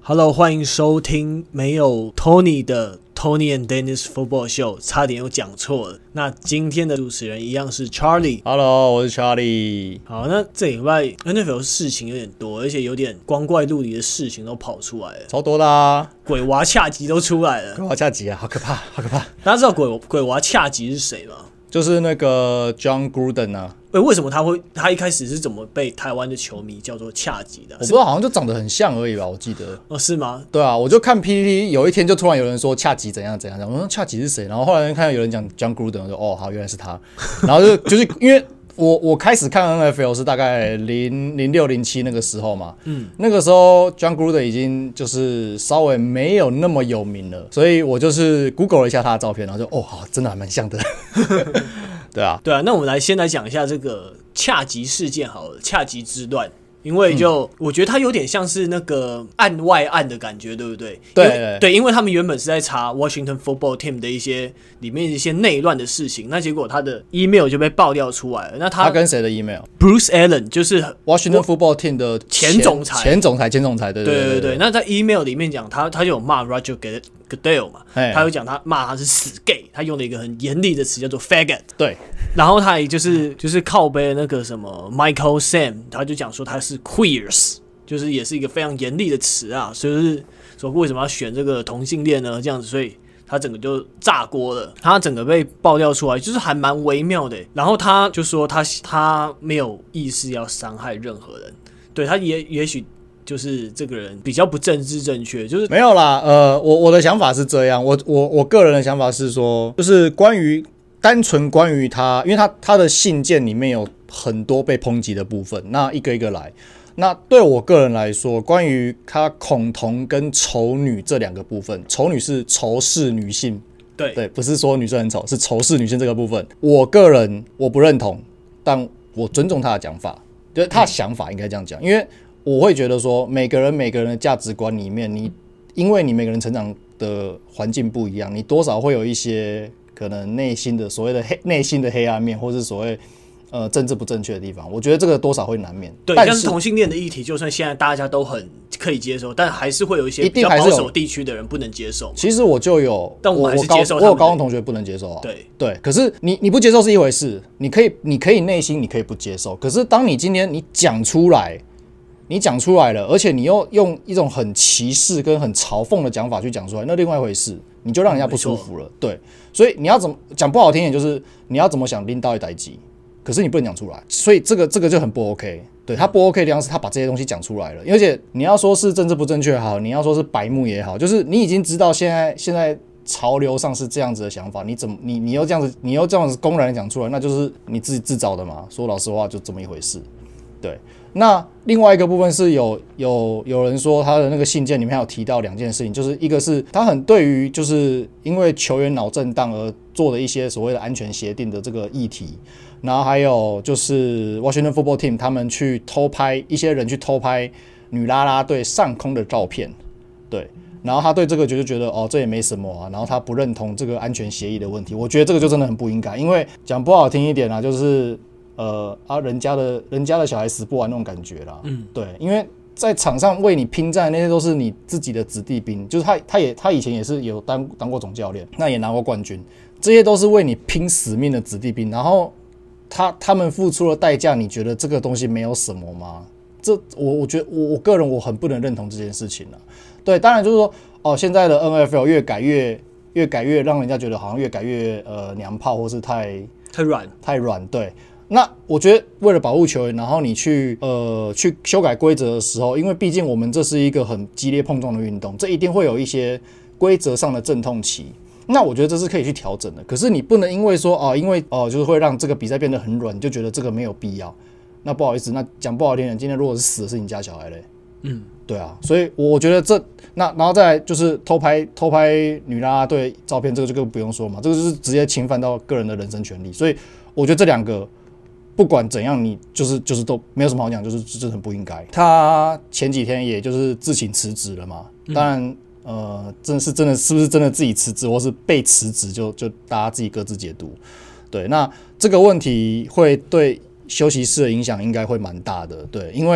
Hello， 欢迎收听没有 Tony 的 Tony and Dennis Football Show， 差点又讲错了。那今天的主持人一样是 Charlie。Hello， 我是 Charlie。 好，那这礼拜 NFL 事情有点多，而且有点光怪陆离的事情都跑出来了， 超多的啊！ 鬼娃恰吉都出来了， 鬼娃恰吉啊，好可怕，好可怕！ 大家知道鬼娃恰吉是谁吗？ 就是那个 John Gruden 啊。 为什么他一开始是怎么被台湾的球迷叫做恰吉的？ 我不知道，好像就长得很像而已吧，我记得。 哦，是吗？ 对啊，我就看 PTT， 有一天就突然有人说恰吉怎样怎样，我说恰吉是谁？然后后来看到有人讲 John Gruden， 我说哦，好，原来是他。然后就是因为我开始看 NFL 是大概06、07那个时候嘛，那个时候 John Gruden 已经就是稍微没有那么有名了，所以我就是 Google 了一下他的照片，然后就好，真的还蛮像的。对啊， 那我们先来讲一下这个恰吉事件好了，恰吉之乱。因为我觉得它有点像是那个案外案的感觉，对不对？对，因为他们原本是在查 Washington Football Team 的里面一些内乱的事情，那结果他的 email 就被爆料出来了。那他跟谁的 email？ Bruce Allen 就是 Washington Football Team 的前总裁，对。那在 email 里面讲，他就有骂 Roger Goodell 嘛，他有讲他骂他是死 gay， 他用了一个很严厉的词叫做 faggot。对。然后他也就是靠背那个什么 Michael Sam， 他就讲说他是 queers， 就是也是一个非常严厉的词啊，所以就是说为什么要选这个同性恋呢？这样子，所以他整个就炸锅了，他整个被爆料出来，就是还蛮微妙的。然后他就说他没有意识要伤害任何人，对，他也许就是这个人比较不政治正确，就是没有啦。我的想法是这样，我个人的想法是说，就是单纯关于他，因为他的信件里面有很多被抨击的部分，那一个一个来。那对我个人来说，关于他恐同跟丑女这两个部分，丑女是仇视女性，对，不是说女生很丑，是仇视女性这个部分，我个人我不认同，但我尊重他的讲法，就是他的想法应该这样讲，因为我会觉得说，每个人的价值观里面，因为你每个人成长的环境不一样，你多少会有一些可能内心的所谓的内心的黑暗面，或是所谓政治不正确的地方，我觉得这个多少会难免。 对，但是同性恋的议题，就算现在大家都很可以接受，但还是会有一些比较保守地区的人不能接受。 其实我就有， 但我还是接受他们。 我有高中同学不能接受啊。对，可是你不接受是一回事，你可以内心你可以不接受，可是当你今天你讲出来了，而且你又用一种很歧视跟很嘲讽的讲法去讲出来，那另外一回事，你就让人家不舒服了。对，所以你要怎么讲不好听点，就是你要怎么想拎到一台机，可是你不能讲出来，所以这个就很不 OK。对，他不 OK 的地方是他把这些东西讲出来了，而且你要说是政治不正确也好，你要说是白目也好，就是你已经知道现在潮流上是这样子的想法，你又这样子公然讲出来，那就是你自己自找的嘛。说老实话，就这么一回事。对。那另外一个部分是有人说他的那个信件里面还有提到两件事情，就是一个是他很对于就是因为球员脑震荡而做的一些所谓的安全协定的这个议题，然后还有就是 Washington Football Team 他们去偷拍一些人去偷拍女啦啦队上空的照片，对，然后他对这个就觉得这也没什么啊，然后他不认同这个安全协议的问题，我觉得这个就真的很不应该，因为讲不好听一点啊，就是人家的小孩死不完那种感觉啦，对，因为在场上为你拼战的那些都是你自己的子弟兵，就是他以前也是有当过总教练，那也拿过冠军，这些都是为你拼死命的子弟兵，然后他们付出的代价，你觉得这个东西没有什么吗？我觉得我个人我很不能认同这件事情啦。对，当然就是说现在的 NFL 越改越让人家觉得好像越改越娘炮或是太软，对。那我觉得为了保护球员，然后你去修改规则的时候，因为毕竟我们这是一个很激烈碰撞的运动，这一定会有一些规则上的阵痛期。那我觉得这是可以去调整的。可是你不能因为说就是会让这个比赛变得很软，你就觉得这个没有必要。那不好意思，那讲不好听点，今天如果是死的是你家小孩嘞，对啊，所以我觉得然后再来就是偷拍女啦啦队照片，这个就更不用说嘛，这个就是直接侵犯到个人的人身权利。所以我觉得这两个。不管怎样，你就是都没有什么好讲，就是很不应该。他前几天也就是自行辞职了嘛，当然真的是不是真的自己辞职，或是被辞职，就大家自己各自解读。对，那这个问题会对休息室的影响应该会蛮大的，对，因为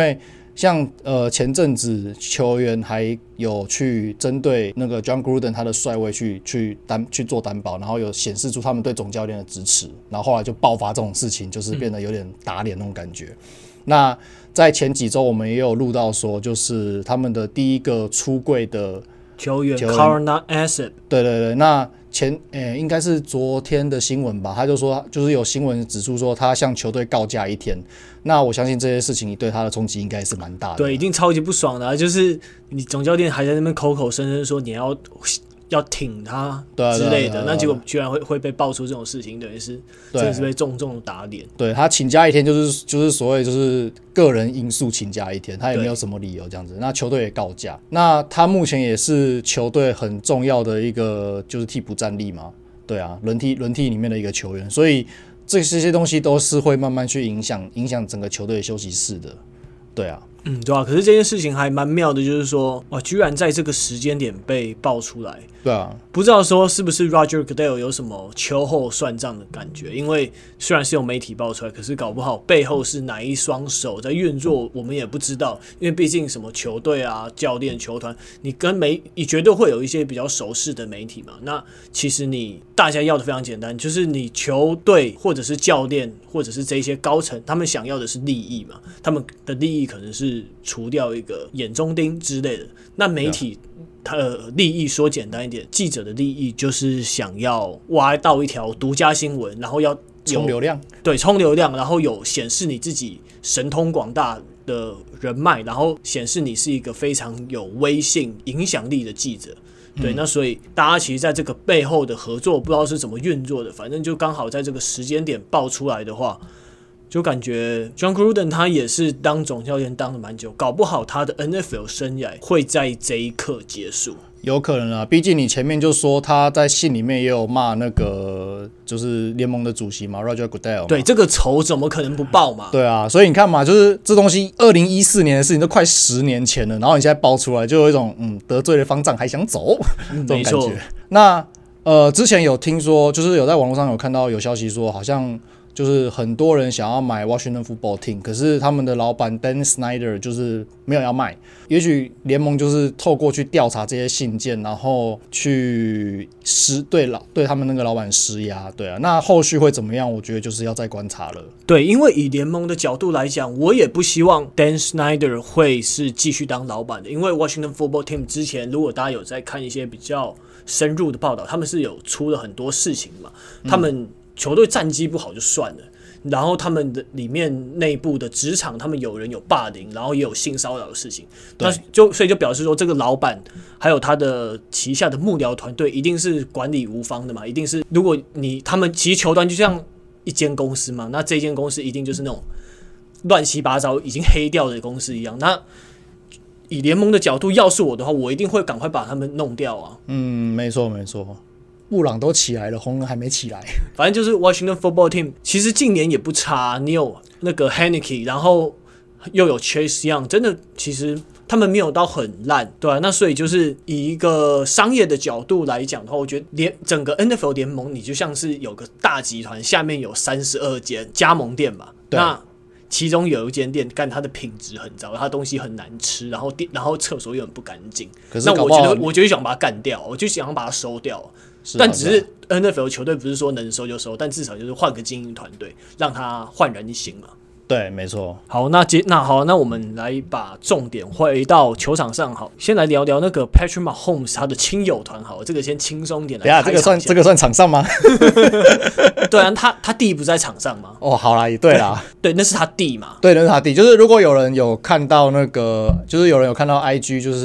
像前阵子球员还有去针对那个 John Gruden 他的帅位去做担保，然后有显示出他们对总教练的支持，然后后来就爆发这种事情，就是变得有点打脸那种感觉。那在前几周我们也有录到说，就是他们的第一个出柜的球员 Carl Nassib， 对，那应该是昨天的新闻吧，他就说就是有新闻指出说他向球队告假1天，那我相信这些事情对他的冲击应该是蛮大的。 对，一定超级不爽的就是你总教练还在那边口口声声说你要挺他之类的，那结果居然会被爆出这种事情，等于是真的是被重重的打脸。 对，他请假1天就是所谓就是个人因素请假1天，他也没有什么理由这样子。那球队也告假，那他目前也是球队很重要的一个就是替补战力嘛，对啊，轮替里面的一个球员，所以这些东西都是会慢慢去影响整个球队的休息室的，对啊。 对啊，可是这件事情还蛮妙的，就是说，哇，居然在这个时间点被爆出来。 对啊， 不知道说是不是 Roger Goodell 有什么秋后算账的感觉？因为虽然是有媒体爆出来，可是搞不好背后是哪一双手在运作，我们也不知道。因为毕竟什么球队啊、教练、球团，你绝对会有一些比较熟识的媒体嘛。那其实大家要的非常简单，就是你球队或者是教练或者是这些高层，他们想要的是利益嘛。他们的利益可能是除掉一个眼中钉之类的。那媒体他的利益说简单一点，记者的利益就是想要挖到一条独家新闻，然后要冲流量， 对，冲流量，然后有显示你自己神通广大的人脉，然后显示你是一个非常有威信、影响力的记者。对，那所以大家其实在这个背后的合作，不知道是怎么运作的，反正就刚好在这个时间点爆出来的话，就感觉 John Gruden 他也是当总教练当了蛮久，搞不好他的 NFL 生涯会在这一刻结束。 有可能啊，毕竟你前面就说他在信里面也有骂那个就是联盟的主席嘛 ，Roger Goodell。 对，这个仇怎么可能不报嘛？ 对啊，所以你看嘛，就是这东西2014年的事情都快10年前了，然后你现在爆出来，就有一种得罪了方丈还想走这种感觉。那之前有听说，就是有在网络上有看到有消息说，好像就是很多人想要买 Washington Football Team， 可是他们的老板 Dan Snyder 就是没有要卖。也许联盟就是透过去调查这些信件，然后去对他们那个老板施压，对啊。那后续会怎么样？我觉得就是要再观察了。 对，因为以联盟的角度来讲，我也不希望 Dan Snyder 会是继续当老板的，因为 Washington Football Team 之前，如果大家有在看一些比较深入的报道，他们是有出了很多事情嘛，他们球队战绩不好就算了，然后他们的里面内部的职场，他们有人有霸凌，然后也有性骚扰的事情，所以就表示说，这个老板还有他的旗下的幕僚团队一定是管理无方的嘛，一定是如果他们其实球团就像一间公司嘛，那这间公司一定就是那种乱七八糟已经黑掉的公司一样。那以联盟的角度，要是我的话，我一定会赶快把他们弄掉啊。 没错没错。布朗都起来了，红人还没起来。 反正就是 Washington Football Team， 其实近年也不差，你有那个 Heineke， 然后又有 Chase Young， 真的其实他们没有到很烂，对啊。那所以就是以一个商业的角度来讲的话，我觉得整个 NFL 联盟，你就像是有个大集团，下面有32间加盟店嘛，那其中有一间店，它的品质很糟，它的东西很难吃，然后厕所又很不干净。那我就想把它干掉，我就想把它收掉。但只是 NFL 球队不是说能收就收，但至少就是换个经营团队，让它焕然一新嘛。 对，没错。 好，那我们来把重点回到球场上。好，先来聊聊那个 Patrick Mahomes 他的亲友团。好，这个先轻松点来开场一下。 这个算场上吗？ 对啊，他弟不在场上吗？ 哦，好啦，也对啦。 对，那是他弟嘛。 对，那是他弟。就是如果有人有看到那个，就是有人有看到 IG， 就是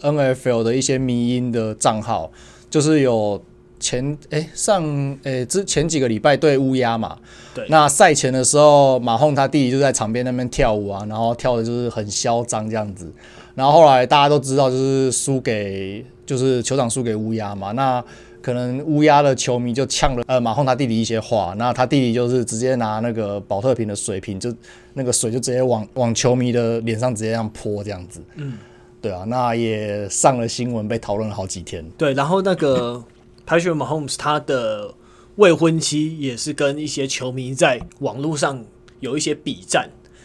NFL 的一些迷因的账号，就是有。前几个礼拜对乌鸦嘛， 对， 那赛前的时候，马洪他弟弟就在场边那边跳舞啊，然后跳的就是很嚣张这样子。然后后来大家都知道，就是球场输给乌鸦嘛，那可能乌鸦的球迷就呛了马洪他弟弟一些话，那他弟弟就是直接拿那个保特瓶的水瓶，就那个水就直接往球迷的脸上直接这样泼这样子。对啊，那也上了新闻，被讨论了好几天。 对，然后那个Patrick Mahomes 他的未婚妻也是跟一些球迷在网络上有一些比战，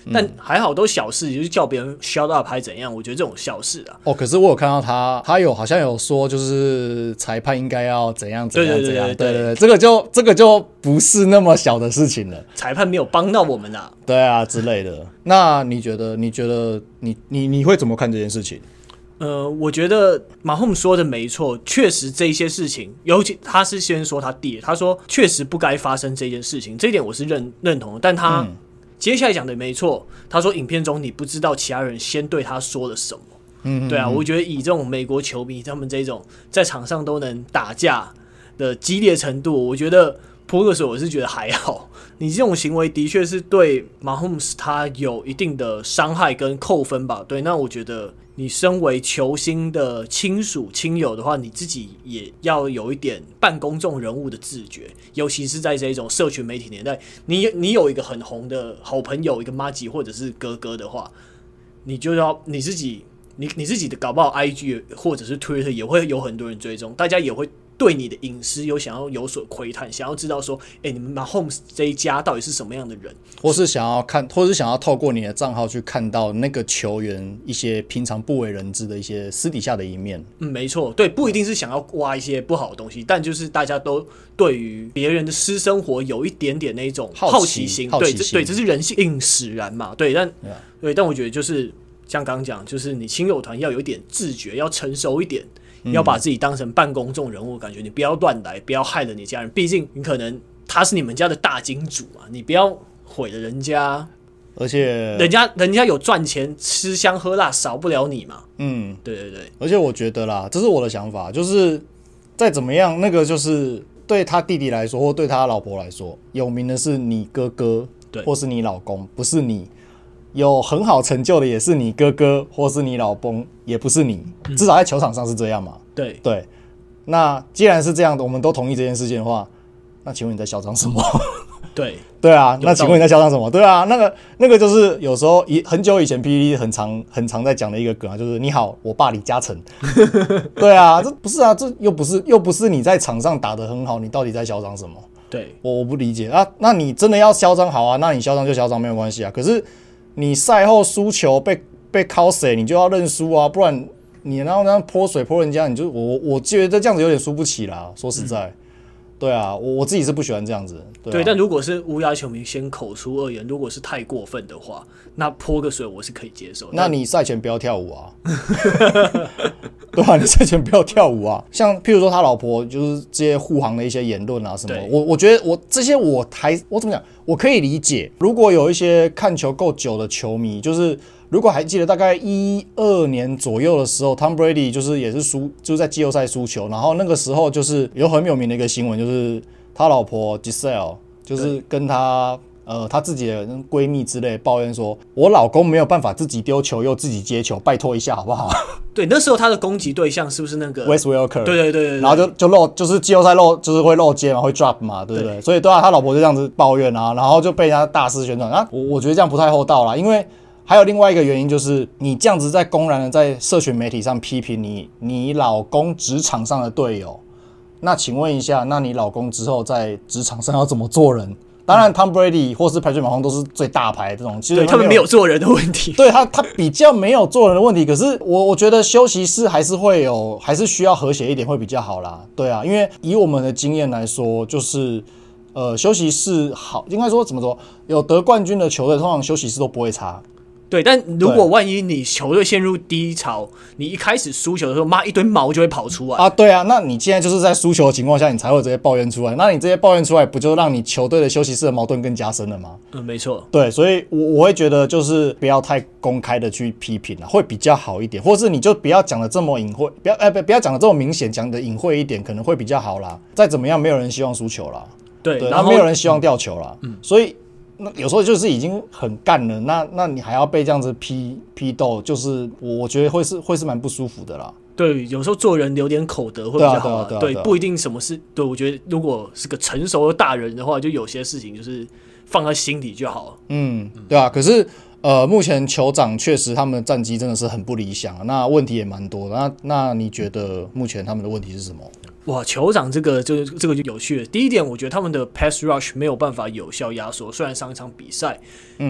但还好都小事，就是叫别人 shut up 还怎样，我觉得这种小事啊。 可是我有看到他好像有说，就是裁判应该要怎样怎样怎样，对，这个就不是那么小的事情了。 裁判没有帮到我们啊， 对啊之类的。那你觉得你会怎么看这件事情？ 我觉得马洪说的没错，确实这些事情，尤其他是先说他弟，他说确实不该发生这件事情，这一点我是认同的。但他接下来讲的没错，他说影片中你不知道其他人先对他说了什么。对啊，我觉得以这种美国球迷他们这种在场上都能打架的激烈程度，我觉得泼个水我是觉得还好。你这种行为的确是对 Mahomes 他有一定的伤害跟扣分吧。对，那我觉得你身为球星的亲属亲友的话，你自己也要有一点半公众人物的自觉，尤其是在这种社群媒体年代，你有一个很红的好朋友，一个麻吉或者是哥哥的话，你就要你自己的搞不好 IG 或者是 Twitter 也会有很多人追踪，大家也会对你的隐私想要有所窥探，想要知道说，你们 Mahomes 这一家到底是什么样的人， 或是想要透过你的账号去看到那个球员一些平常不为人知的一些私底下的一面。 没错，对，不一定是想要挖一些不好的东西，但就是大家都对于别人的私生活有一点点那种好奇心，对，这是人性使然嘛，对，但我觉得就是像刚刚讲，就是你亲友团要有一点自觉，要成熟一点。要把自己当成半公众人物，感觉你不要乱来，不要害了你家人。毕竟你可能他是你们家的大金主嘛，你不要毁了人家。 而且人家有赚钱，吃香喝辣，少不了你嘛。对。 而且我觉得啦，这是我的想法，就是再怎么样，那个就是对他弟弟来说，或对他老婆来说，有名的是你哥哥，或是你老公，不是你。有很好成就的也是你哥哥或是你老公，也不是你，至少在球场上是这样嘛。对，那既然是这样的，我们都同意这件事情的话，那请问你在嚣张什么？对啊，那请问你在嚣张什么？对啊，那个就是有时候很久以前 PTT 很常在讲的一个梗啊，就是你好，我爸李嘉诚。对啊，这不是啊，这又不是你在场上打得很好，你到底在嚣张什么？ 对， 我不理解啊。那你真的要嚣张好啊，那你嚣张就嚣张没有关系啊。可是你赛后输球被敲死，你就要认输啊，不然你然后那样泼水泼人家，你就我觉得这样子有点输不起啦。说实在，对啊，我自己是不喜欢这样子。 对，但如果是乌鸦球迷先口出恶言，如果是太过分的话，那泼个水我是可以接受。 那你赛前不要跳舞啊。对啊，你赛前不要跳舞啊。像譬如说他老婆就是这些护航的一些言论啊什么，我觉得这些我怎么讲，我可以理解。如果有一些看球够久的球迷，就是如果还记得大概12年左右的时候 ，Tom Brady 就是也是就是在季后赛输球，然后那个时候就是有很有名的一个新闻，就是他老婆 Giselle 就是跟他自己的闺蜜之类抱怨说，我老公没有办法自己丢球又自己接球，拜托一下好不好？ 对，那时候他的攻击对象是不是那个 Wes Welker？ 对， 然后就漏，就是季后赛漏，就是会漏接嘛，会 drop 嘛，对不对？所以对啊，他老婆就这样子抱怨啊，然后就被人家大肆宣传啊。我觉得这样不太厚道啦，因为还有另外一个原因就是，你这样子在公然的在社群媒体上批评你老公职场上的队友，那请问一下，那你老公之后在职场上要怎么做人？当然 ，Tom Brady 或是 Patrick Mahomes 都是最大牌这种，其实他们没有做人的问题。 对他比较没有做人的问题，可是我觉得休息室还是需要和谐一点会比较好啦。对啊，因为以我们的经验来说，就是休息室好，应该说怎么说，有得冠军的球队通常休息室都不会差。 对，但如果万一你球队陷入低潮，你一开始输球的时候，一堆毛就会跑出来啊！对啊，那你现在就是在输球的情况下，你才会这些抱怨出来。那你这些抱怨出来，不就让你球队的休息室的矛盾更加深了吗？ 没错。 对，所以我会觉得就是不要太公开的去批评了，会比较好一点，或是你就不要讲的这么隐晦，不要讲的这么明显，讲的隐晦一点，可能会比较好啦。再怎么样，没有人希望输球啦， 对， 然后没有人希望掉球啦，所以。那有时候就是已经很干了，那你还要被这样子批斗，就是我觉得会是蛮不舒服的啦。 对，有时候做人留点口德会比较好。对，不一定什么事。对，我觉得如果是个成熟的大人的话，就有些事情就是放在心里就好了。 对啊。可是目前酋长确实他们的战绩真的是很不理想，那问题也蛮多的。那你觉得目前他们的问题是什么？ 哇，酋长这个就有趣了。第一点，我觉得他们的 pass rush 没有办法有效压缩。虽然上一场比赛，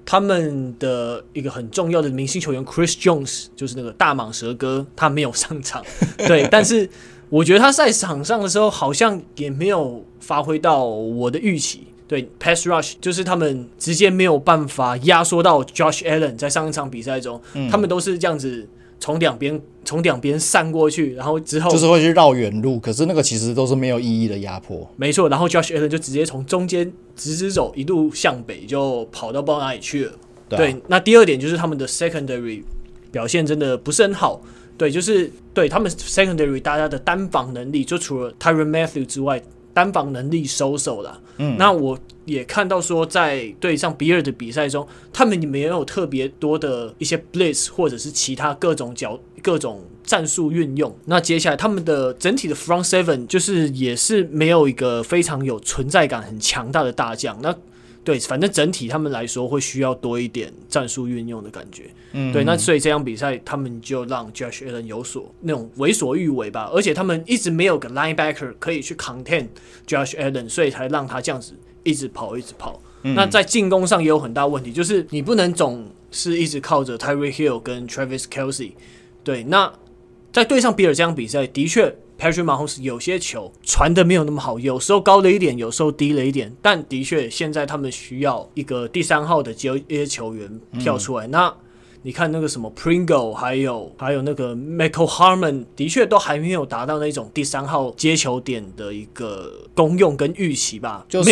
他们的一个很重要的明星球员 Chris Jones， 就是那个大蟒蛇哥，他没有上场。对，但是我觉得他在场上的时候好像也没有发挥到我的预期。对 ，pass rush 就是他们直接没有办法压缩到 Josh Allen。在上一场比赛中，他们都是这样子从两边散过去，然后之后就是会去绕远路，可是那个其实都是没有意义的压迫。 没错，然后 Josh Allen 就直接从中间直走，一路向北就跑到不知道哪里去了。对，那第二点就是他们的 secondary 表现真的不是很好。对，就是对他们 secondary 大家的单防能力，就除了 Tyrann Mathieu 之外，单防能力收手啦。那我也看到说，在对上比尔的比赛中，他们也没有特别多的一些 blitz 或者是其他各种战术运用。那接下来他们的整体的 front seven 就是也是没有一个非常有存在感、很强大的大将。那对，反正整体他们来说会需要多一点战术运用的感觉。对，那所以这场比赛他们就让 Josh Allen 有所那种为所欲为吧，而且他们一直没有个 linebacker 可以去 contain Josh Allen， 所以才让他这样子一直跑。那在进攻上也有很大问题，就是你不能总是一直靠着 Tyreek Hill 跟 Travis Kelce。对，那在对上比尔这场比赛，的确 Patrick Mahomes 有些球传的没有那么好，有时候高了一点，有时候低了一点，但的确现在他们需要一个第3号的接球员跳出来。那你看那个什么 Pringle 还有那个 Michael Harmon 的确都还没有达到那种第3号接球点的一个功用跟预期吧， 就是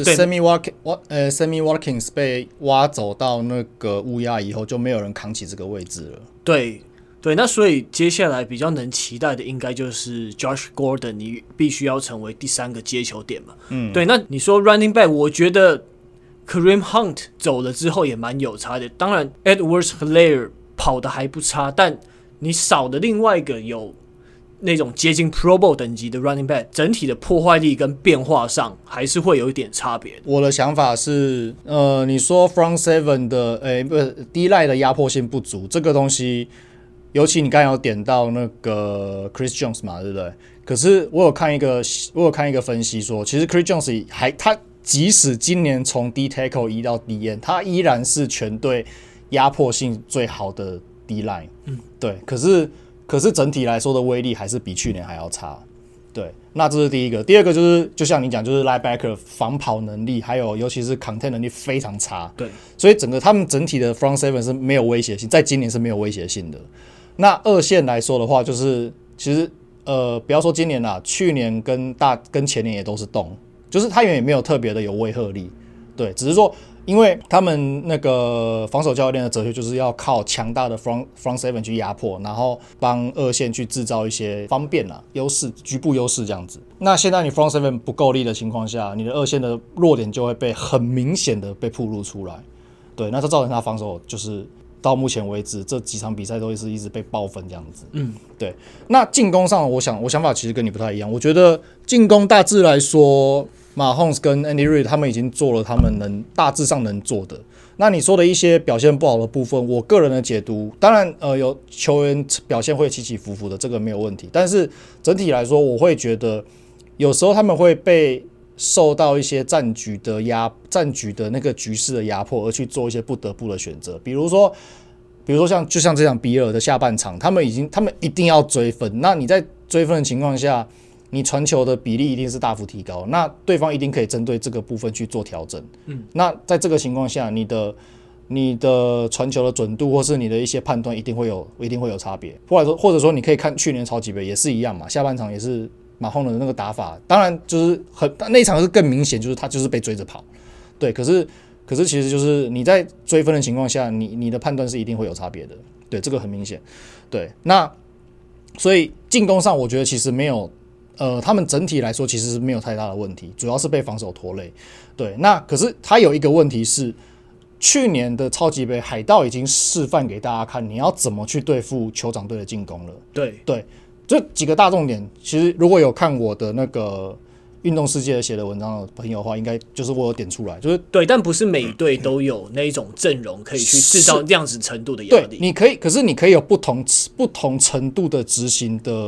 Sammy Watkins 被挖走到那个乌鸦以后，就没有人扛起这个位置了。 对，那所以接下来比较能期待的应该就是 Josh Gordon， 你必须要成为第3个接球点嘛。对，那你说 running back， 我觉得 Kareem Hunt 走了之后也蛮有差的。当然 Edwards-Helaire 跑的还不差，但你少的另外一个有那种接近 Pro Bowl 等级的 running back， 整体的破坏力跟变化上还是会有一点差别。 我的想法是，你说 front seven 的，不是D-line的压迫性不足，这个东西。尤其你刚才有点到那个 Chris Jones 嘛，对不对？可是我有看一个分析说，其实 Chris Jones 他即使今年从 D tackle 移到 DN， 他依然是全队压迫性最好的 D line。对。可是整体来说的威力还是比去年还要差。对，那这是第一个。第二个就是就像你讲，就是 linebacker 防跑能力，还有尤其是 contain 能力非常差。 对， 所以他们整体的 front seven 是没有威胁性，在今年是没有威胁性的。那二线来说的话，就是其实不要说今年啦，去年跟前年也都是动，就是他也没有特别的有威慑力。对，只是说因为他们那个防守教练的哲学就是要靠强大的 front seven 去压迫，然后帮二线去制造一些方便啦、优势、局部优势这样子。那现在你 front seven 不够力的情况下，你的二线的弱点就会被很明显的被暴露出来。对，那这造成他防守就是到目前为止这几场比赛都是一直被爆分这样子。对。那进攻上我想法其实跟你不太一样，我觉得进攻大致来说，Mahomes 跟 Andy Reid 他们已经做了他们大致上能做的。那你说的一些表现不好的部分，我个人的解读，当然有球员表现会起起伏伏的，这个没有问题。但是整体来说，我会觉得有时候他们会被受到一些战局的那个局势的压迫，而去做一些不得不的选择。比如说就像这场比尔的下半场，他们一定要追分。那你在追分的情况下，你传球的比例一定是大幅提高，那对方一定可以针对这个部分去做调整。那在这个情况下，你的传球的准度或是你的一些判断一定会有差别。或者说你可以看去年超级杯也是一样嘛，下半场也是马洪的那个打法，当然就是那一场是更明显，就是他就是被追着跑。对，可是其实就是你在追分的情况下，你的判断是一定会有差别的。对，这个很明显。对，那所以进攻上我觉得其实没有。他们整体来说其实是没有太大的问题，主要是被防守拖累。对，那可是他有一个问题是，去年的超级杯海盗已经示范给大家看，你要怎么去对付酋长队的进攻了。对，这几个大重点，其实如果有看我的那个运动世界写的文章的朋友的话，应该就是我有点出来，就是对，但不是每队都有那一种阵容可以去制造这样子程度的压力。 对，可是你可以有不同程度的执行的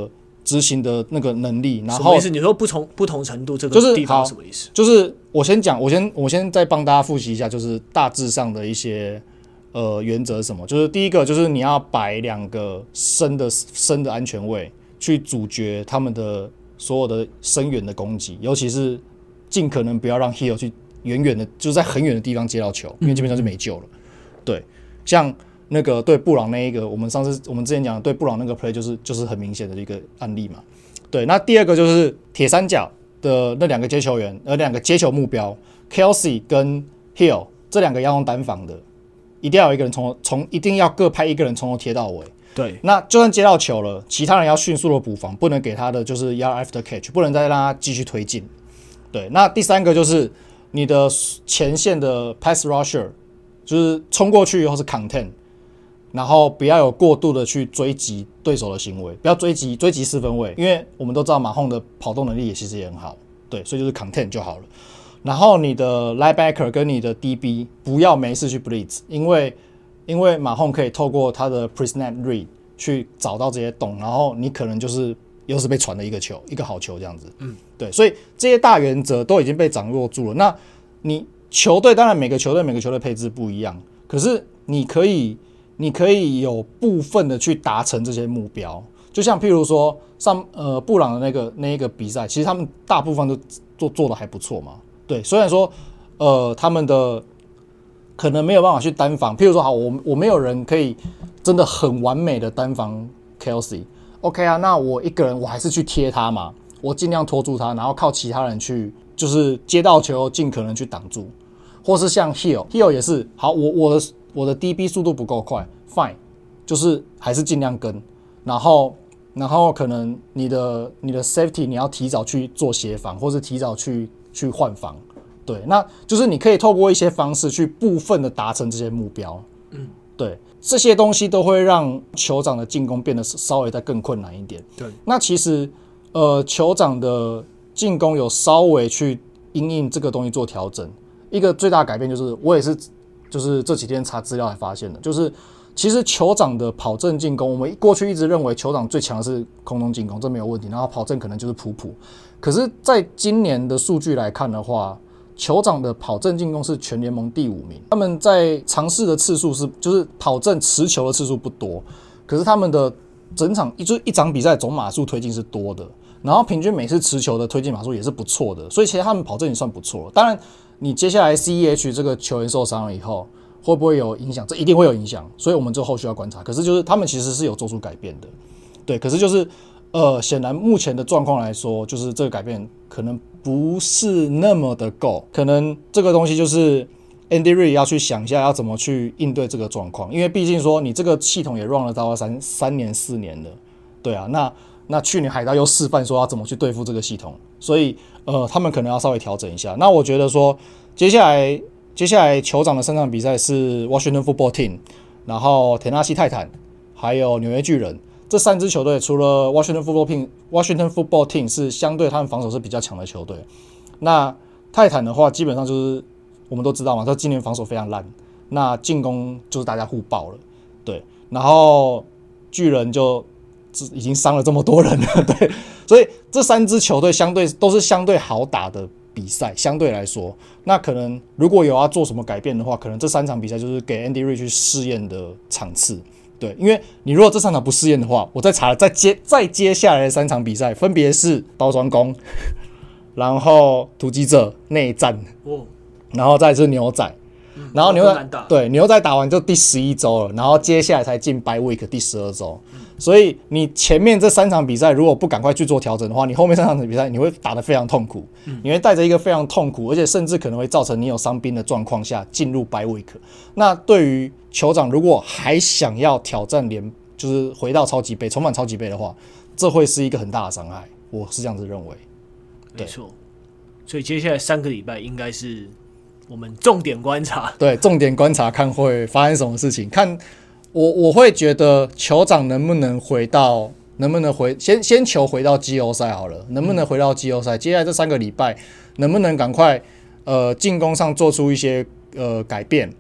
执行的那个能力。然后什么意思？你说不同程度这个地方什么意思？ 就是我先再帮大家复习一下，就是大致上的一些原则是什么？就是第一个就是你要摆2个深的安全位去阻绝他们的所有的深远的攻击，尤其是尽可能不要让 Hill 去远远的，就是在很远的地方接到球，因为基本上就没救了。对，像那个对布朗那一个，我们之前讲的对布朗那个 play 就是很明显的一个案例嘛。对，那第二个就是铁三角的那2个接球员，2个接球目标 Kelsey 跟 Hill 这2个要用单防的，一定要有一个人一定要各派一个人从头贴到尾。 对， 那就算接到球了，其他人要迅速的补防，不能给他的就是 yard after catch， 不能再让他继续推进。对，那第3个就是你的前线的 pass rusher， 就是冲过去以后是 contain， 然后不要有过度的去追击对手的行为，不要追击4分卫，因为我们都知道马洪的跑动能力其实也很好，对，所以就是 contain 就好了。然后你的 linebacker 跟你的 DB 不要没事去 blitz， 因为马洪可以透过他的 pre-snap read 去找到这些洞，然后你可能就是又是被传了一个好球这样子。对，所以这些大原则都已经被掌握住了。那你球队当然每个球队配置不一样，可是你可以有部分的去达成这些目标。就像譬如说布朗的那一个比赛，其实他们大部分都做得还不错嘛。对，虽然说他们的可能没有办法去单防，譬如说好，我没有人可以真的很完美的单防 Kelsey。OK 啊，那我一个人我还是去贴他嘛，我尽量拖住他，然后靠其他人去就是接到球尽可能去挡住，或是像 Hill 也是好，我的 DB 速度不够快 ，fine， 就是还是尽量跟，然后可能你的 safety 你要提早去做协防，或是提早去换防。对，那就是你可以透过一些方式去部分的达成这些目标。对，这些东西都会让酋长的进攻变得稍微再更困难一点。 对， 那其实酋长的进攻有稍微去因应这个东西做调整。一个最大的改变就是我也是就是这几天查资料才发现的，就是其实酋长的跑阵进攻，我们过去一直认为酋长最强的是空中进攻，这没有问题，然后跑阵可能就是普。可是在今年的数据来看的话，酋长的跑阵进攻是全联盟第5名，他们在尝试的次数就是跑阵持球的次数不多，可是他们的整场就一场比赛总码数推进是多的，然后平均每次持球的推进码数也是不错的，所以其实他们跑阵也算不错了。当然，你接下来 CEH 这个球员受伤了以后，会不会有影响？这一定会有影响，所以我们就后续要观察。可是就是他们其实是有做出改变的，对。可是就是显然目前的状况来说，就是这个改变可能不是那么的够，可能这个东西就是 Andy Reid 要去想一下要怎么去应对这个状况，因为毕竟说你这个系统也 run 了大概3年4年了，对啊，那去年海盗又示范说要怎么去对付这个系统，所以他们可能要稍微调整一下。那我觉得说接下来酋长的3场比赛是 Washington Football Team， 然后田纳西泰坦，还有纽约巨人。这3支球队除了 Washington Football Team 是相对他们防守是比较强的球队，那泰坦的话基本上就是我们都知道嘛，他今年防守非常烂，那进攻就是大家互爆了，对，然后巨人就已经伤了这么多人了，对，所以这3支球队都是相对好打的比赛，相对来说，那可能如果有要做什么改变的话，可能这3场比赛就是给 Andy Reid 去试验的场次。对，因为你如果这3场不试验的话，我再查了，再接下来的3场比赛，分别是包装工，然后突击者内战，然后再是牛仔，然后牛仔打完就第11周了，然后接下来才进 bye week 第12周，所以你前面这3场比赛如果不赶快去做调整的话，你后面3场比赛你会打得非常痛苦，你会带着一个非常痛苦，而且甚至可能会造成你有伤兵的状况下进入 bye week。那对于酋长如果还想要挑战就是回到超级杯，重返超级杯的话，这会是一个很大的伤害，我是这样子认为。 没错，所以接下来3个礼拜应该是我们重点观察， 对，重点观察看会发生什么事情。看我会觉得酋长能不能先求回到季后赛好了，能不能回到季后赛？接下来这3个礼拜能不能赶快进攻上做出一些改变？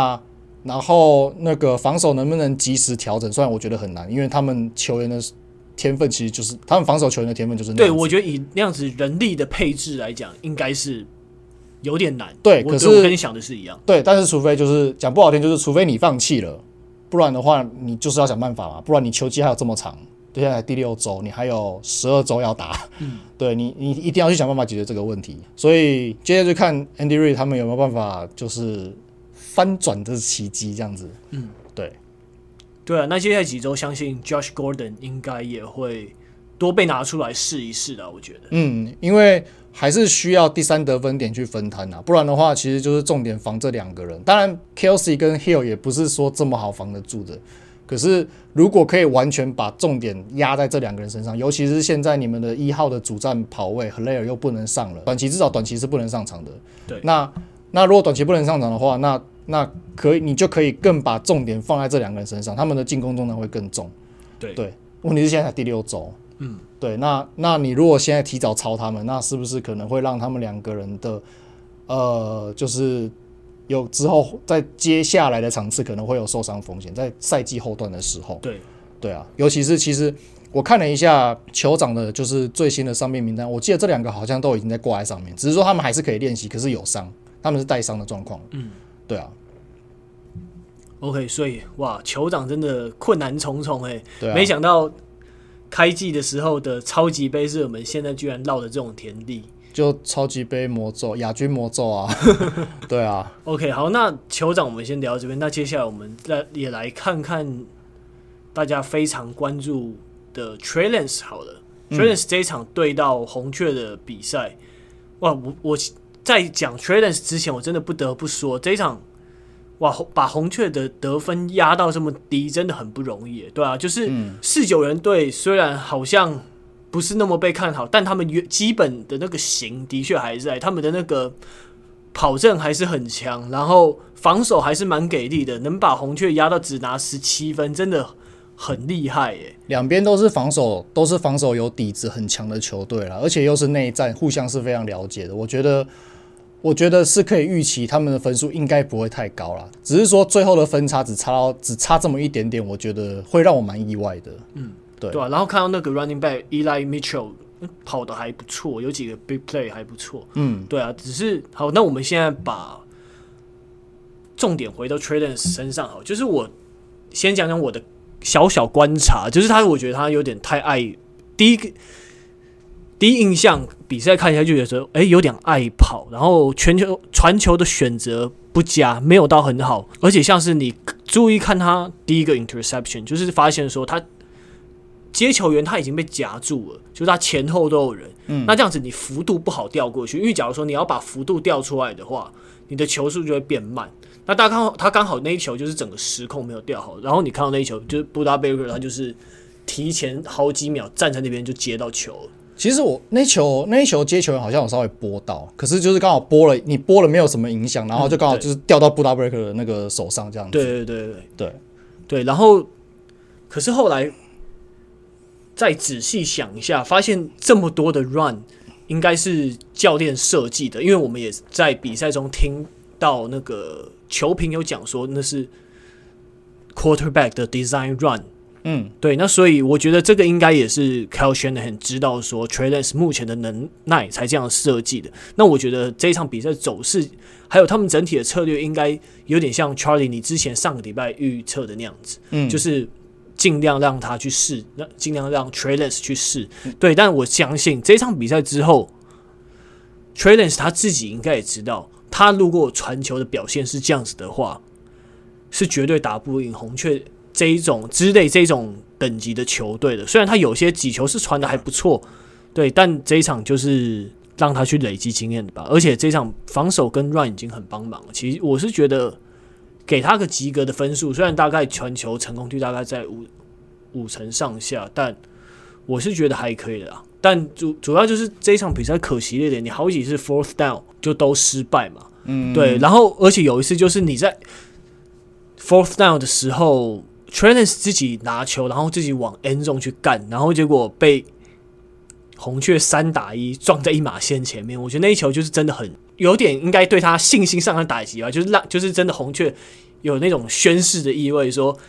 然后那个防守能不能及时调整？虽然我觉得很难，因为他们球员的天分其实就是他们防守球员的天分就是那样子。对，我觉得以那样子人力的配置来讲，应该是有点难。 对，可是我跟你想的是一样。 对，但是除非就是讲不好听，就是除非你放弃了，不然的话你就是要想办法嘛，不然你球季还有这么长。接下来第6周，你还有12周要打，对你一定要去想办法解决这个问题。所以接下来就看 Andy Reid 他们有没有办法，就是翻转这奇迹这样子。 对啊，那接下来几周，相信 Josh Gordon 应该也会多被拿出来试一试的，我觉得。 因为还是需要第3得分点去分摊啊，不然的话，其实就是重点防这2个人。当然 ，Kelsey 跟 Hill 也不是说这么好防得住的。可是，如果可以完全把重点压在这2个人身上，尤其是现在你们的1号的主战跑位 Helaire 又不能上了，至少短期是不能上场的。 对， 那如果短期不能上场的话，那可以，你就可以更把重点放在这2个人身上，他们的进攻重担会更重。 对， 问题是现在才第6周，对，那你如果现在提早超他们，那是不是可能会让他们2个人的就是有之后在接下来的场次可能会有受伤风险，在赛季后段的时候。对啊，尤其是其实我看了一下酋长的就是最新的伤病名单，我记得这2个好像都已经在挂在上面，只是说他们还是可以练习，可是有伤，他们是带伤的状况。对啊。 OK， 所以哇，酋长真的困难重重对啊， 没想到开季的时候的超级杯热门，现在居然落了这种田地。 就超级杯魔咒、亚军魔咒啊，对啊。 OK， 好，那酋长我们先聊到这边，那接下来我们也来看看大家非常关注的 Trey Lance 好了。Trey Lance 这一场对到红雀的比赛，哇，我在讲 Trey Lance 之前，我真的不得不说这一场，哇，把红雀的得分压到这么低，真的很不容易，对啊，就是4-9人队虽然好像不是那么被看好，但他们基本的那个型的确还在，他们的那个跑阵还是很强，然后防守还是蛮给力的，能把红雀压到只拿17分，真的很厉害耶。 两边都是防守有底子很强的球队啦，而且又是内战，互相是非常了解的。我觉得是可以预期他们的分数应该不会太高啦，只是说最后的分差只差这么一点点，我觉得会让我蛮意外的。对啊，然后看到那个 running back Eli Mitchell 跑得还不错，有几个 big play 还不错。对啊，只是好，那我们现在把重点回到 Trey Lance 身上好，就是我先讲讲我的小小观察，就是我觉得他有点太爱第一印象比赛看起来就觉得有点爱跑，然后传球的选择不佳，没有到很好，而且像是你注意看他第一个 interception， 就是发现说他接球员他已经被夹住了，就是他前后都有人。那这样子你幅度不好调过去，因为假如说你要把幅度调出来的话，你的球速就会变慢。那他刚好那一球就是整个失控没有调好，然后你看到那一球就是布达贝克，他就是提前好几秒站在那边就接到球了。 其实我那一球接球员好像有稍微拨到，可是就是刚好拨了没有什么影响，然后就刚好就是掉到布达贝克的那个手上这样子。 对，然后可是后来再仔细想一下，发现这么多的 run 应该是教练设计的，因为我们也在比赛中听到那个球评有讲说那是 quarterback 的 design run。对，那所以我觉得这个应该也是 Kyle Shanahan 知道说 Trey Lance 目前的能耐才这样设计的。那我觉得这一场比赛走势还有他们整体的策略应该有点像 Charlie 你之前上个礼拜预测的那样子，就是尽量让他去试，尽量让 Trey Lance 去试。对，但我相信这场比赛之后 Trey Lance 他自己应该也知道，他如果传球的表现是这样子的话，是绝对打不赢红雀这一种等级的球队的。虽然他有些几球是传的还不错，对，但这一场就是让他去累积经验的吧。而且这一场防守跟 run 已经很帮忙了。其实我是觉得给他个及格的分数，虽然大概传球成功率大概在5成上下，但我是觉得还可以的啦。但主要就是这一场比赛可惜的一点，你好几次 fourth down 就都失败嘛。对，然后而且有一次就是你在 fourth down 的时候Trey Lance 自己拿球，然后自己往 end zone 去干，然后结果被红雀3打1撞在1码线前面。我觉得那一球就是真的很有点应该对他信心上的打击吧，就是真的红雀有那种宣示的意味，说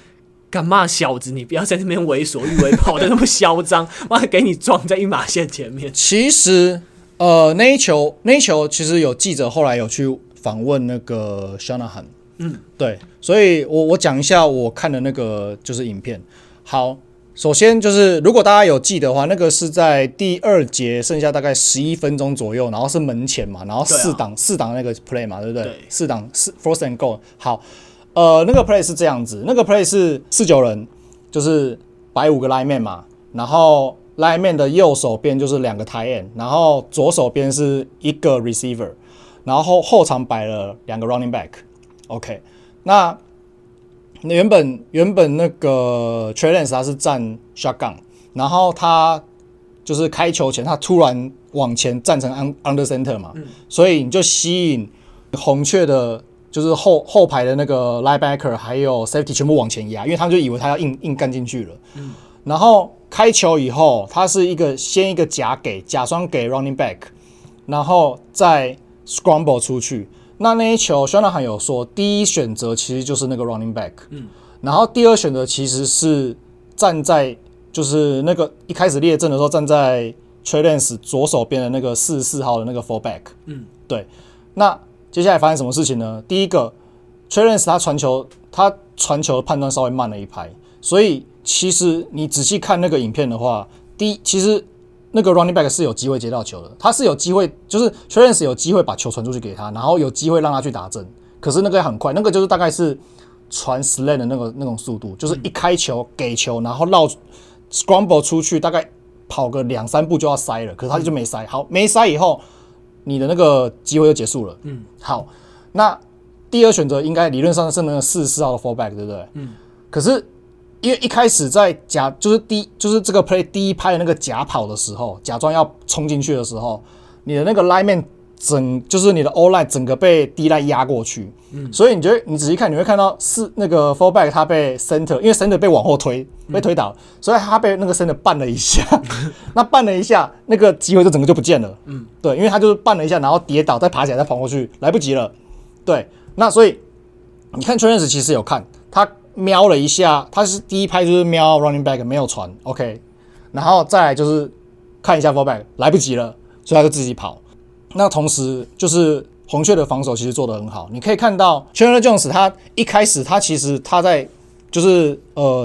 干嘛小子，你不要在那边为所欲为，跑得那么嚣张，妈给你撞在一码线前面。 其实，那一球其实有记者后来有去访问那个 Shanahan， 对，所以我讲一下我看的那个就是影片。好，首先就是如果大家有记得的话，那个是在第2节剩下大概11分钟左右，然后是门前嘛，然后四档那个 play 嘛，对不对？对，4档first and goal。好。那个 play 是这样子，那个 play 是49人，就是摆5个 lineman 嘛，然后 lineman 的右手边就是2个 tight end， 然后左手边是1个 receiver， 然后后场摆了2个 running back。OK， 那原本那个 Trey Lance 他是站 shotgun， 然后他就是开球前他突然往前站成 under center 嘛，所以你就吸引红雀的。就是后排的那个 linebacker 还有 safety 全部往前压，因为他们就以为他要硬干进去了。然后开球以后，他是先一个假双给 running back， 然后再 scramble 出去。那一球 Shanahan 有说，第一选择其实就是那个 running back，然后第二选择其实是站在就是那个一开始列阵的时候站在 Trey Lance 左手边的那个44号的那个 fullback。对，那。接下来发生什么事情呢？第一个 Trey Lance 他传球的判断稍微慢了一拍，所以其实你仔细看那个影片的话，其实那个 running back 是有机会接到球的，他是有机会，就是 Trey Lance 有机会把球传出去给他，然后有机会让他去打正，可是那个很快，那个就是大概是传 slant 的那种速度，就是一开球给球，然后绕 scramble 出去，大概跑个2-3步就要塞了，可是他就没塞，好，没塞以后。你的那个机会就结束了。好，那第二选择应该理论上是那个44号的 fullback， 对不对？可是因为一开始在就是这个 play 第一拍的那个假跑的时候，假装要冲进去的时候，你的那个 lineman 就是你的 O-line 整个被 D-line 压过去。所以你仔细看，你会看到那个 fullback 他被 center， 因为 center 被往后推，被推倒，所以他被那个 center 绊了一下。那绊了一下，那个机会就整个就不见了。对，因为他就是绊了一下，然后跌倒，再爬起来，再跑过去，来不及了。对，那所以你看 Trey Lance 其实有看，他瞄了一下，他是第一拍就是瞄 running back 没有传 ，OK， 然后再来就是看一下 fullback， 来不及了，所以他就自己跑。那同时就是红雀的防守其实做得很好，你可以看到 Chandler Jones 他一开始其实他在就是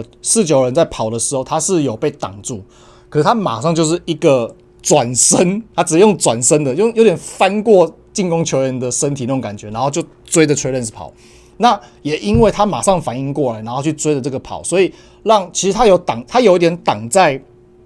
49人在跑的时候，他是有被挡住，可是他马上就是一个转身，他只用转身的，有点翻过进攻球员的身体那种感觉，然后就追着 Trey Lance 跑。那也因为他马上反应过来，然后去追着这个跑，所以其实他有一点挡在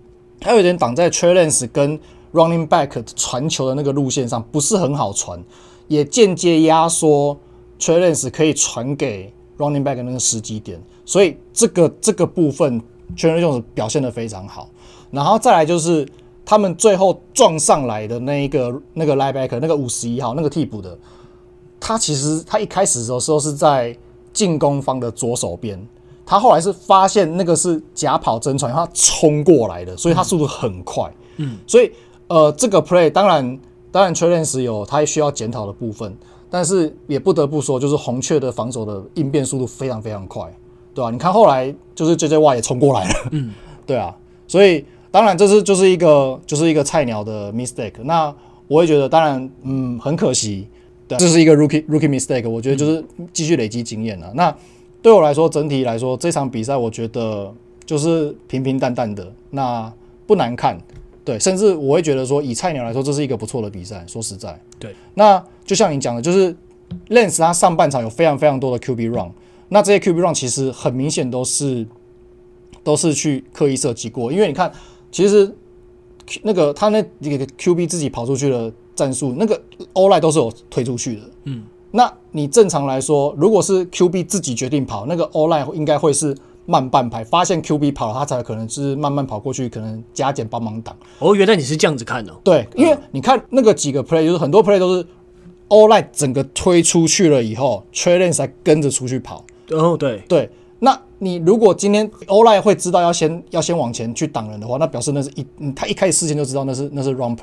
Trey Lance 跟 running back 传球的那个路线上，不是很好传，也间接压缩 Trey Lance 可以传给 running back 的那个时机点，所以这个部分 Chandler Jones 表现得非常好。然后再来就是他们最后撞上来的那个 linebacker 那个51号那个替补的，他其实他一开始的时候是在进攻方的左手边，他后来是发现那个是假跑真传，他冲过来的，所以他速度很快。所以这个 play 当然 Trey Lance 有他需要检讨的部分，但是也不得不说，就是红雀的防守的应变速度非常非常快，对吧？你看后来就是 JJ Watt 也冲过来了，对啊，所以当然这就是一个菜鸟的 mistake， 那我会觉得当然很可惜，对，这是一个 rookie mistake， 我觉得就是继续累积经验了。那对我来说，整体来说这场比赛我觉得就是平平淡淡的，那不难看。对，甚至我会觉得说，以菜鸟来说，这是一个不错的比赛。说实在， 对。 那就像你讲的，就是 Lance 他上半场有非常非常多的 QB run， 那这些 QB run 其实很明显都是去刻意设计过，因为你看，其实那个他那几个 QB 自己跑出去的战术，那个 O-line 都是有推出去的。那你正常来说，如果是 QB 自己决定跑，那个 O-line 应该会是慢半拍，发现 QB 跑，他才可能是慢慢跑过去，可能加减帮忙挡。 原来你是这样子看的。 对，因为你看那个几个 play， 就是很多 play 都是 O-line 整个推出去了以后 ，Trey Lance 才跟着出去跑。对。那你如果今天 O-line 会知道要先往前去挡人的话，那表示他一开始事先就知道那是 run play 了。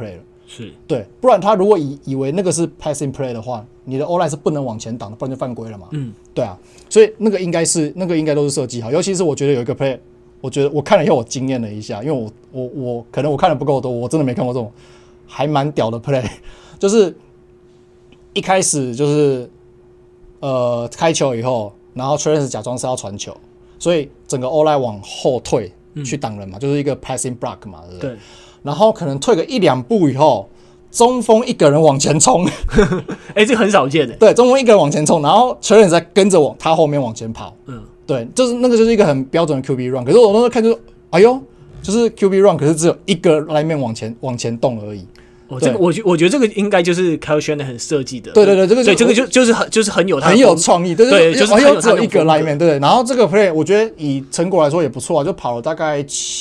是对，不然他如果以为那个是 passing play 的话，你的 O-line 是不能往前挡的，不然就犯规了嘛。对啊，所以那个应该都是设计好，尤其是我觉得有一个 play， 我觉得我看了以后我惊艳了一下，因为我可能我看的不够多，我真的没看过这种还蛮屌的 play， 就是一开始就是开球以后，然后 Trey Lance 假装是要传球，所以整个 O-line 往后退去挡人嘛，就是一个 passing block 嘛，对不对？对，然后可能退个1-2步以后，中锋一个人往前冲， 这个很少见的。 对，中锋一个人往前冲，然后球员在跟着他后面往前跑。对，就是那个就是一个很标准的 QB run。可是我那时候看就，哎呦，就是 QB run， 可是只有一个lineman往前动而已。 这个我觉得这个应该就是 Kyle Shanahan 设计的。 对，这个就是很有创意，对，就是只有一个 lineman， 对。然后这个 play 我觉得以成果来说也不错啊，就跑了大概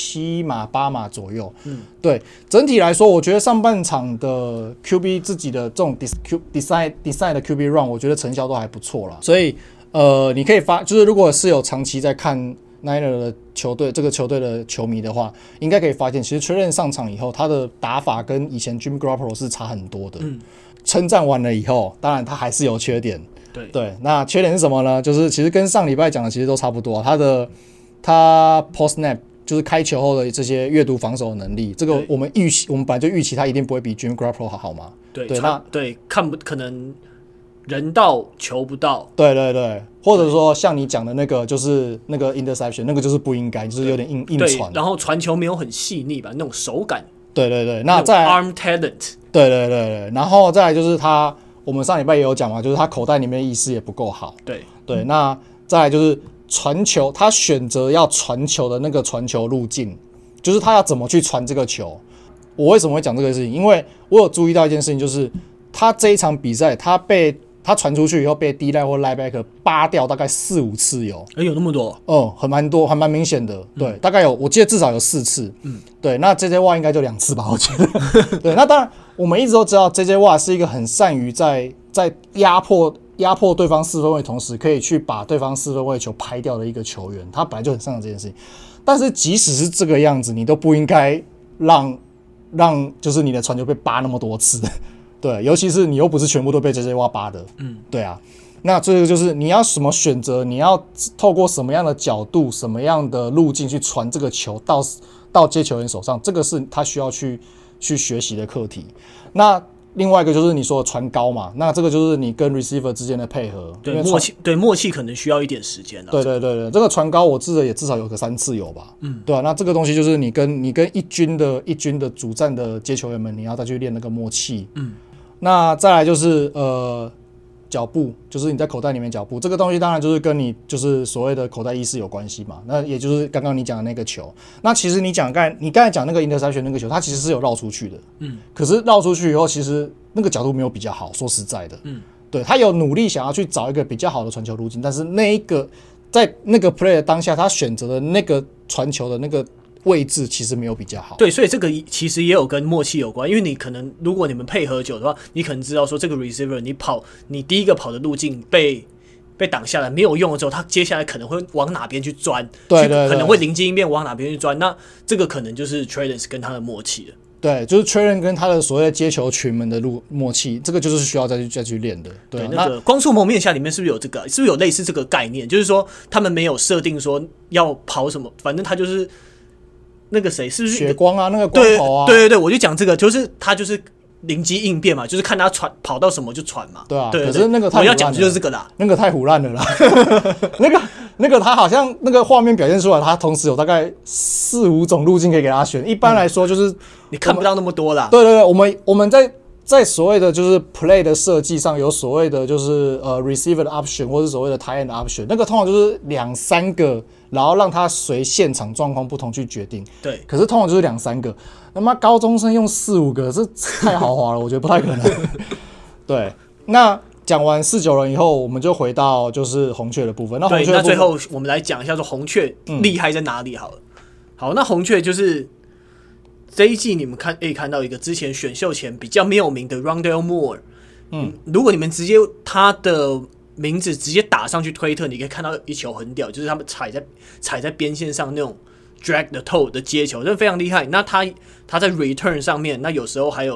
7码8码左右。对，整体来说，我觉得上半场的 QB 自己的这种 design 的 QB run， 我觉得成效都还不错啦。所以你可以就是如果是有长期在看 Niner 的球队，这个球队的球迷的话，应该可以发现，其实 Trey Lance 上场以后，他的打法跟以前 Jimmy Garoppolo 是差很多的。称赞完了以后，当然他还是有缺点。对，那缺点是什么呢？就是其实跟上礼拜讲的其实都差不多。他 post snap 就是开球后的这些阅读防守的能力，这个我们本来就预期他一定不会比 Jimmy Garoppolo 好嘛。 对，可能人到球不到。 对，或者说像你讲的那个，就是那个 interception， 那个就是不应该，就是有点硬传。 然后传球没有很细腻吧，那种手感。 对，那再 arm talent。 对，然后再来就是我们上礼拜也有讲嘛，就是他口袋里面的意识也不够好。对，那再来就是传球，他选择要传球的那个传球路径，就是他要怎么去传这个球。我为什么会讲这个事情？因为我有注意到一件事情，就是他这一场比赛，他传出去以后被 D-line 或 linebacker 扒掉大概4-5次有那么多？ 很蛮多，还蛮明显的。对，大概我记得至少有4次。对，那 JJ Watt 应该就2次吧，我觉得。对，那当然我们一直都知道 JJ Watt 是一个很善于在压迫对方4分位同时，可以去把对方4分位球拍掉的一个球员，他本来就很擅长这件事情。但是即使是这个样子，你都不应该让就是你的传球被扒那么多次。对，尤其是你又不是全部都被 JJ Watt 扒的。对啊。那这个就是你要什么选择，你要透过什么样的角度、什么样的路径去传这个球到接球员手上，这个是他需要去学习的课题。那另外一个就是你说的传高嘛，那这个就是你跟 receiver 之间的配合， 对默契可能需要一点时间。 对，这个传高我记得也至少有个3次有吧。对啊，那这个东西就是你跟一军的主战的接球员们，你要再去练那个默契。那再来就是脚步，就是你在口袋里面脚步，这个东西当然就是跟你就是所谓的口袋意识有关系嘛。那也就是刚刚你讲的那个球，那其实你刚才讲那个 interception 那个球，它其实是有绕出去的。可是绕出去以后，其实那个角度没有比较好，说实在的。对，他有努力想要去找一个比较好的传球路径，但是那一个在那个 play 的当下，他选择的那个传球的那个位置其实没有比较好。 对，所以这个其实也有跟默契有关，因为你可能如果你们配合久的话，你可能知道说这个 receiver 你第一个跑的路径被挡下来没有用的时候，他接下来可能会往哪边去钻， 对， 可能会灵机应变往哪边去钻，那这个可能就是 Trey Lance 跟他的默契了。 对，就是Trey Lance跟他的所谓的接球群们的默契，这个就是需要再去练的。 对，那个光速蒙面侠里面是不是有这个？是不是有类似这个概念？就是说他们没有设定说要跑什么，反正他就是那个谁，是不是血光啊？那个光头啊？ 对，我就讲这个，就是他就是灵机应变嘛，就是看他跑到什么就传嘛。 对啊，可是那个太我要讲的就是这个啦， 那个太唬烂了啦。那个他好像那个画面表现出来，他同时有大概4-5种路径可以给他选。一般来说就是你看不到那么多啦。 对，我们在所谓的就是 play 的设计上有所谓的就是receiver 的 option 或是所谓的 tight end 的 option， 那个通常就是2-3个，然后让他随现场状况不同去决定。 对， 可是通常就是2-3个，他妈高中生用4-5个，这太豪华了，我觉得不太可能。对，那讲完49人以后，我们就回到就是红雀的部分。 那最后我们来讲一下说红雀厉害在哪里好了。好，那红雀就是这一季你们可以看到一个之前选秀前比较没有名的 Rondale Moore。如果你们直接他的名字直接打上去推特，你可以看到一球很屌，就是他们踩在边线上那种 drag the toe 的接球，真的非常厉害。那他在 return 上面，那有时候还有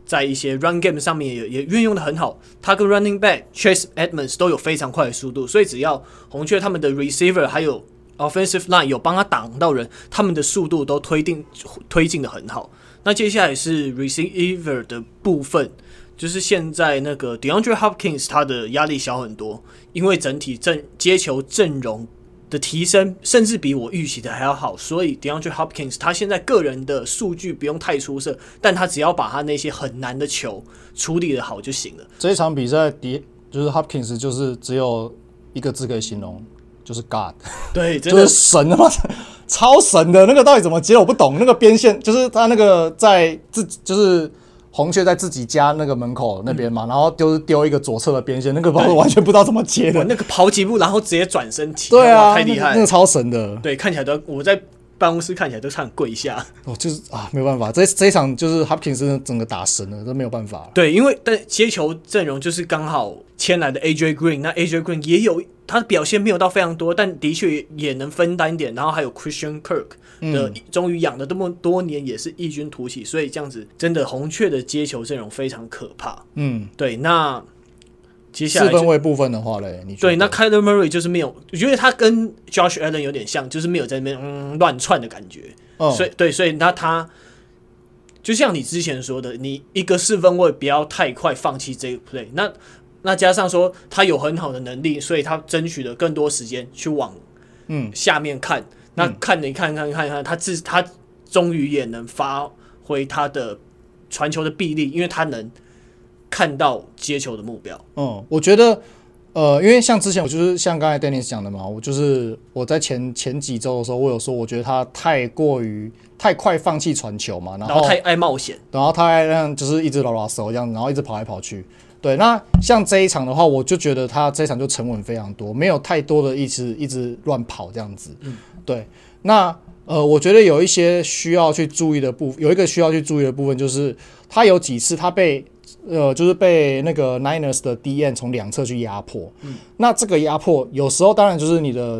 在一些 run game 上面也运用的很好，他跟 running back Chase Edmonds 都有非常快的速度，所以只要红雀他们的 receiver 还有 offensive line 有帮他挡到人，他们的速度都推进的很好。那接下来是 receiver 的部分，就是现在那个 DeAndre Hopkins 他的压力小很多，因为整体接球阵容的提升甚至比我预期的还要好，所以 DeAndre Hopkins 他现在个人的数据不用太出色，但他只要把他那些很难的球处理的好就行了。 这一场比赛就是 Hopkins 就是只有一个字可以形容，就是 God， 对，真的就是神他妈超神的，那个到底怎么接我不懂，那个边线就是他那个在就是红雀在自己家那个门口那边嘛，然后丢一个左侧的边线，那个完全不知道怎么接的， 那个跑几步然后直接转身起， 对啊， 太厉害， 那个超神的， 对，看起来都我在办公室看起来都差点跪下。 就是没有办法，这一场就是 Hopkins 整个打神了，这没有办法。 对，因为但接球阵容就是刚好签来的 AJ Green， 那 AJ Green 也有他的表现没有到非常多，但的确也能分担一点。然后还有 Christian Kirk 的，终于养了这么多年也是异军突起，所以这样子真的红雀的接球阵容非常可怕。对，那接下来四分卫部分的话嘞，你觉得？ 对，那 Kyler Murray 就是没有，我觉得他跟 Josh Allen 有点像，就是没有在那边乱窜的感觉。所以那他就像你之前说的，你一个四分卫不要太快放弃这个 play， 那加上说他有很好的能力，所以他争取了更多时间去往下面看。那看你看，他终于也能发挥他的传球的臂力，因为他能看到接球的目标。 我觉得因为像之前我就是像刚才 Dennis 讲的嘛，我在前几周的时候，我有说我觉得他太快放弃传球嘛，然后太爱冒险， 然后他爱让就是一直拉手这样，然后一直跑来跑去。对，那像这一场的话，我就觉得他这一场就沉稳非常多，没有太多的一直乱跑这样子。对，那我觉得有一些需要去注意的部分，有一个需要去注意的部分就是他有几次他就是被那个 Niners 的 DN 从两侧去压迫。那这个压迫有时候当然就是你的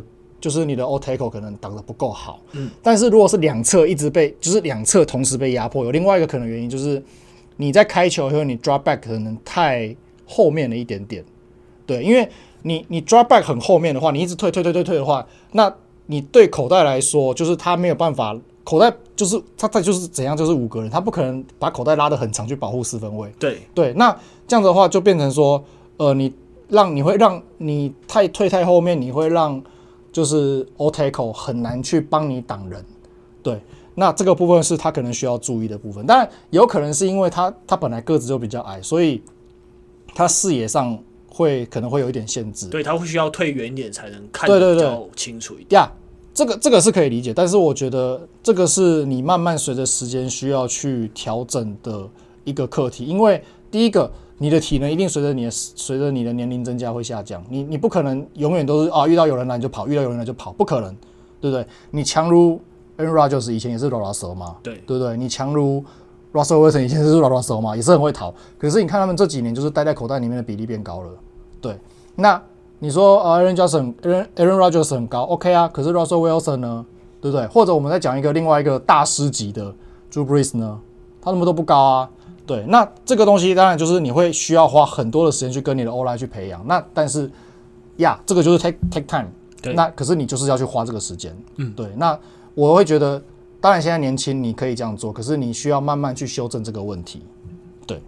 O tackle 可能挡得不够好。但是如果是两侧一直就是两侧同时被压迫，有另外一个可能原因就是你在开球的时候，你 drop back 可能太后面了一点点。对，因为你 drop back 很后面的话，你一直退的话，那你对口袋来说，就是他没有办法，口袋就是他就是怎样，就是5个人，他不可能把口袋拉得很长去保护四分卫。对，那这样的话就变成说，你会让你退太后面，你会让就是 O tackle 很难去帮你挡人。对。那这个部分是他可能需要注意的部分，当然有可能是因为他本来个子就比较矮，所以他视野上可能会有一点限制。 对，他会需要退远一点才能看得比较清楚一点。 这个是可以理解，但是我觉得这个是你慢慢随着时间需要去调整的一个课题，因为第一个，你的体能一定随着你的年龄增加会下降，你不可能永远都是遇到有人来就跑，遇到有人来就跑，不可能，对不对？你强如Aaron Rodgers 以前也是拉手嘛，对不对？你强如 Russell Wilson 以前是拉手嘛，也是很会逃。可是你看他们这几年就是待在口袋里面的比例变高了，对。那你说Aaron Rodgers 很高 ，OK 啊？可是 Russell Wilson 呢，对不对？或者我们再讲另外一个大师级的 Drew Brees 呢，他们都不高啊，对。那这个东西当然就是你会需要花很多的时间去跟你的 O-line 去培养。那但是这个就是 take time， 那可是你就是要去花这个时间，对。那我会觉得，当然现在年轻你可以这样做，可是你需要慢慢去修正这个问题。对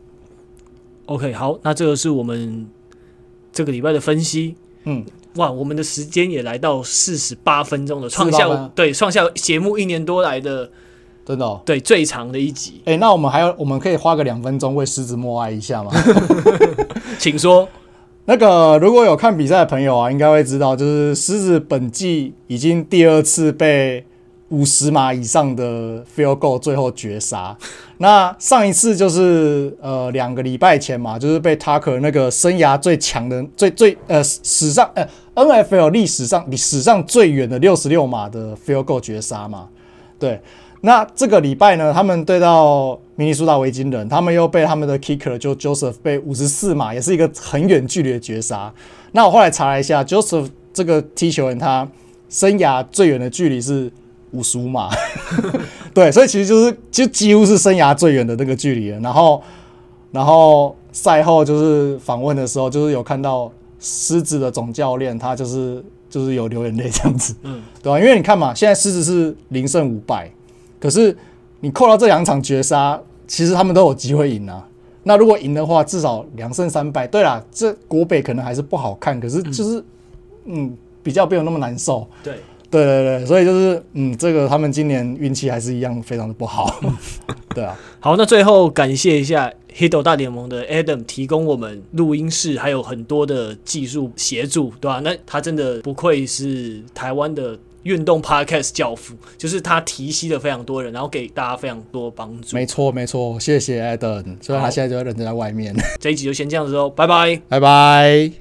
，OK， 好，那这个是我们这个礼拜的分析。哇，我们的时间也来到48分钟了，创下节目1年多来的真的对最长的一集。 那我们可以花个2分钟为狮子默哀一下吗？ 请说。 那个如果有看比赛的朋友啊，应该会知道，就是狮子本季已经第2次被50码以上的 field goal 最后绝杀。那上一次就是2个礼拜前嘛，就是被 Tucker 那个生涯最强的史上NFL 史上最远的66码的 field goal 绝杀嘛。对，那这个礼拜呢，他们对到明尼苏达维京人，他们又被他们的 kicker 就 Joseph 被54码，也是一个很远距离的绝杀。那我后来查了一下 ，Joseph 这个踢球人他生涯最远的距离是55码，对，所以其实就几乎是生涯最远的那个距离了。然后然后赛后就是访问的时候，就是有看到狮子的总教练，他就是有流眼泪这样子，对吧？因为你看嘛，现在狮子是0胜5败，可是你扣到这2场绝杀，其实他们都有机会赢啊。那如果赢的话，至少2胜3败。对啦，这国北可能还是不好看，可是就是比较没有那么难受。对，所以就是这个他们今年运气还是一样非常的不好。对啊， 好，那最后感谢一下 Hito 大联盟的 Adam 提供我们录音室还有很多的技术协助，对吧？那他真的不愧是台湾的运动 podcast 教父，就是他提携了非常多人，然后给大家非常多帮助。 没错，谢谢 Adam， 虽然他现在就认真在外面。 这一集就先这样子喽，拜拜， 拜拜。